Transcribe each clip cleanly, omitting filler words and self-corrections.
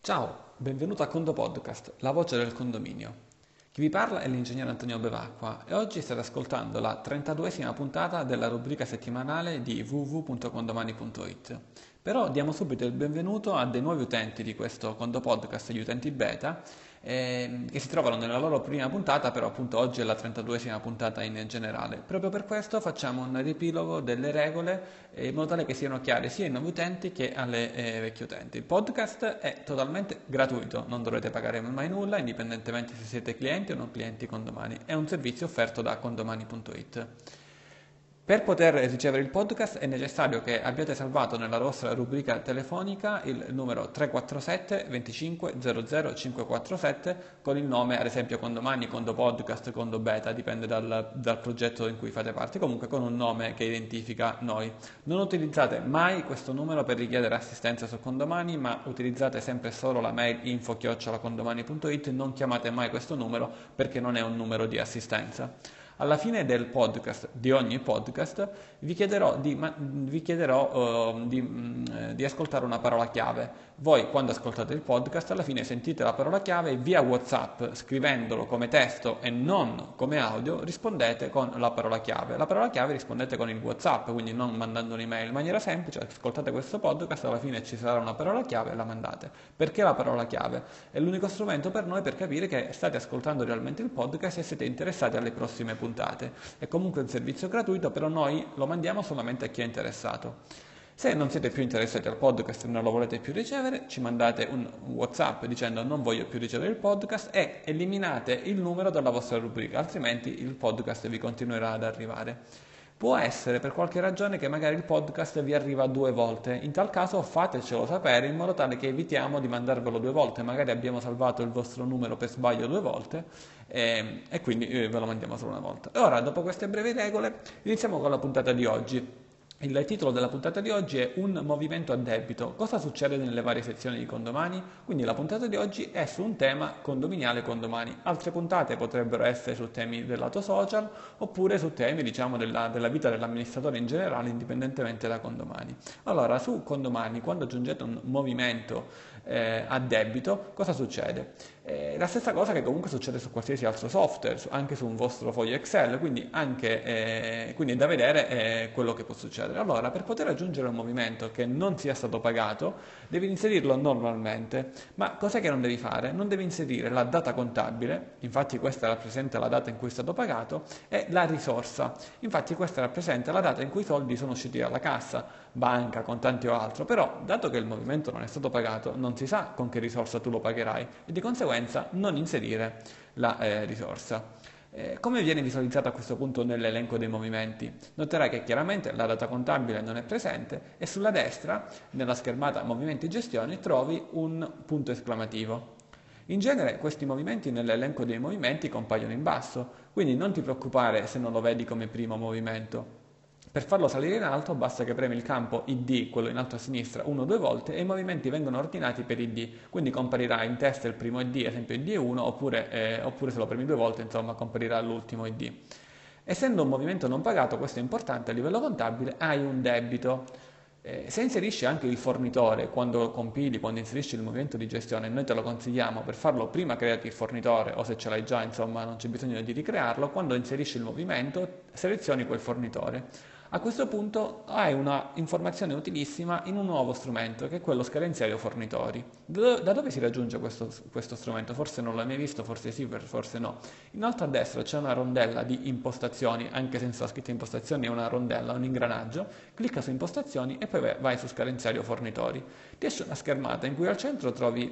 Ciao, benvenuto a Condo Podcast, la voce del condominio. Chi vi parla è l'ingegnere Antonio Bevacqua e oggi state ascoltando la 32esima puntata della rubrica settimanale di www.condomani.it. Però diamo subito il benvenuto a dei nuovi utenti di questo Condo Podcast, gli utenti beta, che si trovano nella loro prima puntata, però appunto oggi è la 32esima puntata in generale. Proprio per questo facciamo un riepilogo delle regole in modo tale che siano chiare sia ai nuovi utenti che alle vecchi utenti. Il podcast è totalmente gratuito, non dovrete pagare mai nulla, indipendentemente se siete clienti o non clienti Condomani. È un servizio offerto da condomani.it. Per poter ricevere il podcast è necessario che abbiate salvato nella vostra rubrica telefonica il numero 347 25 00 547 con il nome, ad esempio, Condomani, Condo Podcast, Condo Beta, dipende dal progetto in cui fate parte, comunque con un nome che identifica noi. Non utilizzate mai questo numero per richiedere assistenza su Condomani, ma utilizzate sempre solo la mail info@condomani.it, non chiamate mai questo numero perché non è un numero di assistenza. Alla fine del podcast, di ogni podcast, vi chiederò di ascoltare una parola chiave. Voi, quando ascoltate il podcast, alla fine sentite la parola chiave e via WhatsApp, scrivendolo come testo e non come audio, rispondete con la parola chiave. La parola chiave rispondete con il WhatsApp, quindi non mandando un'email. In maniera semplice, ascoltate questo podcast, alla fine ci sarà una parola chiave e la mandate. Perché la parola chiave? È l'unico strumento per noi per capire che state ascoltando realmente il podcast e siete interessati alle prossime puntate. È comunque un servizio gratuito, però noi lo mandiamo solamente a chi è interessato. Se non siete più interessati al podcast e non lo volete più ricevere, ci mandate un WhatsApp dicendo non voglio più ricevere il podcast e eliminate il numero dalla vostra rubrica, altrimenti il podcast vi continuerà ad arrivare. Può essere per qualche ragione che magari il podcast vi arriva 2 volte, in tal caso fatecelo sapere in modo tale che evitiamo di mandarvelo 2 volte, magari abbiamo salvato il vostro numero per sbaglio 2 volte e quindi ve lo mandiamo solo una volta. E ora, dopo queste brevi regole, iniziamo con la puntata di oggi. Il titolo della puntata di oggi è Un movimento a debito. Cosa succede nelle varie sezioni di Condomani? Quindi la puntata di oggi è su un tema condominiale Condomani. Altre puntate potrebbero essere su temi del lato social oppure su temi, diciamo, della vita dell'amministratore in generale, indipendentemente da Condomani. Allora, su Condomani, quando aggiungete un movimento a debito, cosa succede? La stessa cosa che comunque succede su qualsiasi altro software, anche su un vostro foglio Excel, quindi è da vedere quello che può succedere. Allora, per poter aggiungere un movimento che non sia stato pagato, devi inserirlo normalmente. Ma cos'è che non devi fare? Non devi inserire la data contabile, infatti questa rappresenta la data in cui è stato pagato, e la risorsa. Infatti questa rappresenta la data in cui i soldi sono usciti dalla cassa, banca, contanti o altro, però dato che il movimento non è stato pagato, non si sa con che risorsa tu lo pagherai e di conseguenza non inserire la risorsa. Come viene visualizzato a questo punto nell'elenco dei movimenti? Noterai che chiaramente la data contabile non è presente e sulla destra, nella schermata movimenti e gestioni, trovi un punto esclamativo. In genere questi movimenti nell'elenco dei movimenti compaiono in basso, quindi non ti preoccupare se non lo vedi come primo movimento. Per farlo salire in alto basta che premi il campo ID, quello in alto a sinistra, 1 o 2 volte e i movimenti vengono ordinati per ID, quindi comparirà in testa il primo ID, ad esempio ID 1, oppure se lo premi 2 volte, insomma, comparirà l'ultimo ID. Essendo un movimento non pagato, questo è importante, a livello contabile hai un debito. Se inserisci anche il fornitore, quando compili, quando inserisci il movimento di gestione, noi te lo consigliamo per farlo prima creati il fornitore o se ce l'hai già, insomma, non c'è bisogno di ricrearlo, quando inserisci il movimento selezioni quel fornitore. A questo punto hai una informazione utilissima in un nuovo strumento che è quello scadenziario fornitori. Da dove si raggiunge questo strumento? Forse non l'hai mai visto, forse sì, forse no. In alto a destra c'è una rondella di impostazioni, anche senza la scritta impostazioni è una rondella, un ingranaggio, clicca su impostazioni e poi vai su scadenziario fornitori. Ti esce una schermata in cui al centro trovi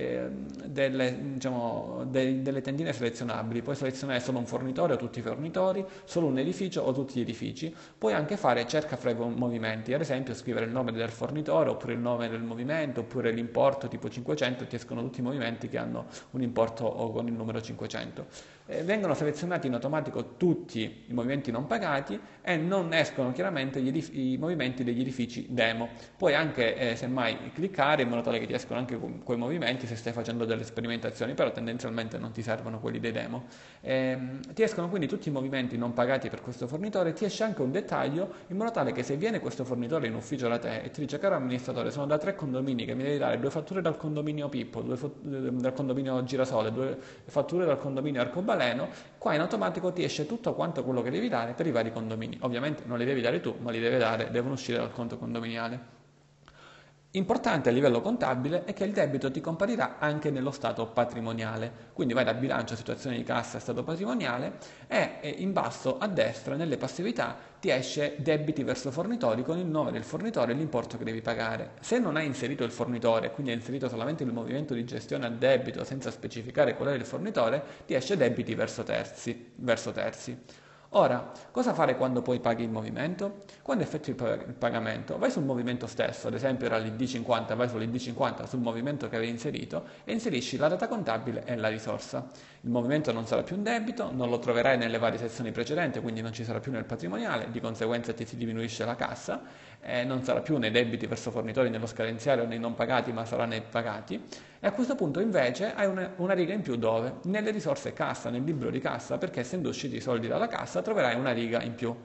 delle tendine selezionabili, puoi selezionare solo un fornitore o tutti i fornitori, solo un edificio o tutti gli edifici, puoi anche fare cerca fra i movimenti, ad esempio scrivere il nome del fornitore oppure il nome del movimento oppure l'importo tipo 500, ti escono tutti i movimenti che hanno un importo con il numero 500. vengono selezionati in automatico tutti i movimenti non pagati e non escono chiaramente i movimenti degli edifici demo. Puoi anche semmai cliccare in modo tale che ti escono anche quei movimenti se stai facendo delle sperimentazioni, però tendenzialmente non ti servono quelli dei demo. Ti escono quindi tutti i movimenti non pagati per questo fornitore, ti esce anche un dettaglio in modo tale che se viene questo fornitore in ufficio da te e ti dice: caro amministratore, sono da 3 condomini che mi devi dare 2 fatture dal condominio Pippo, dal condominio Girasole, 2 fatture dal condominio Arcobaleno, qua in automatico ti esce tutto quanto quello che devi dare per i vari condomini. Ovviamente non li devi dare tu, ma li devono uscire dal conto condominiale. Importante a livello contabile è che il debito ti comparirà anche nello stato patrimoniale, quindi vai da bilancio, situazione di cassa, stato patrimoniale e in basso a destra nelle passività ti esce debiti verso fornitori con il nome del fornitore e l'importo che devi pagare. Se non hai inserito il fornitore, quindi hai inserito solamente il movimento di gestione a debito senza specificare qual è il fornitore, ti esce debiti verso terzi. Ora, cosa fare quando poi paghi il movimento? Quando effettui il pagamento, vai sul movimento stesso, ad esempio era l'ID50, vai sull'ID50 sul movimento che avevi inserito e inserisci la data contabile e la risorsa. Il movimento non sarà più un debito, non lo troverai nelle varie sezioni precedenti, quindi non ci sarà più nel patrimoniale, di conseguenza ti si diminuisce la cassa, non sarà più nei debiti verso fornitori nello scadenziario nei non pagati, ma sarà nei pagati. E a questo punto invece hai una riga in più dove? Nelle risorse cassa, nel libro di cassa, perché essendo usciti i soldi dalla cassa troverai una riga in più.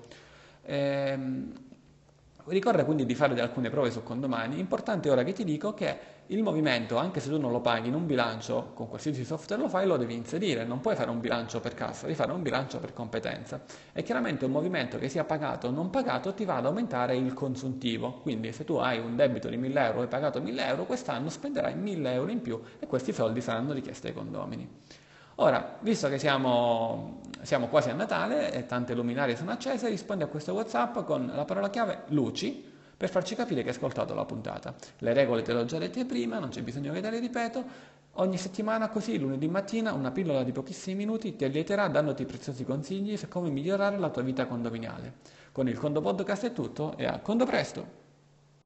Ricorda quindi di fare alcune prove su condomani. Importante ora che ti dico che il movimento, anche se tu non lo paghi in un bilancio, con qualsiasi software lo fai, lo devi inserire. Non puoi fare un bilancio per cassa, devi fare un bilancio per competenza. E chiaramente un movimento che sia pagato o non pagato ti va ad aumentare il consuntivo. Quindi se tu hai un debito di 1000 euro e hai pagato 1000 euro, quest'anno spenderai 1000 euro in più e questi soldi saranno richiesti ai condomini. Ora, visto che siamo quasi a Natale e tante luminarie sono accese, rispondi a questo WhatsApp con la parola chiave luci per farci capire che hai ascoltato la puntata. Le regole te le ho già dette prima, non c'è bisogno che te le ripeto. Ogni settimana così, lunedì mattina, una pillola di pochissimi minuti ti allieterà dandoti preziosi consigli su come migliorare la tua vita condominiale. Con il Condo Podcast è tutto e a Condo presto!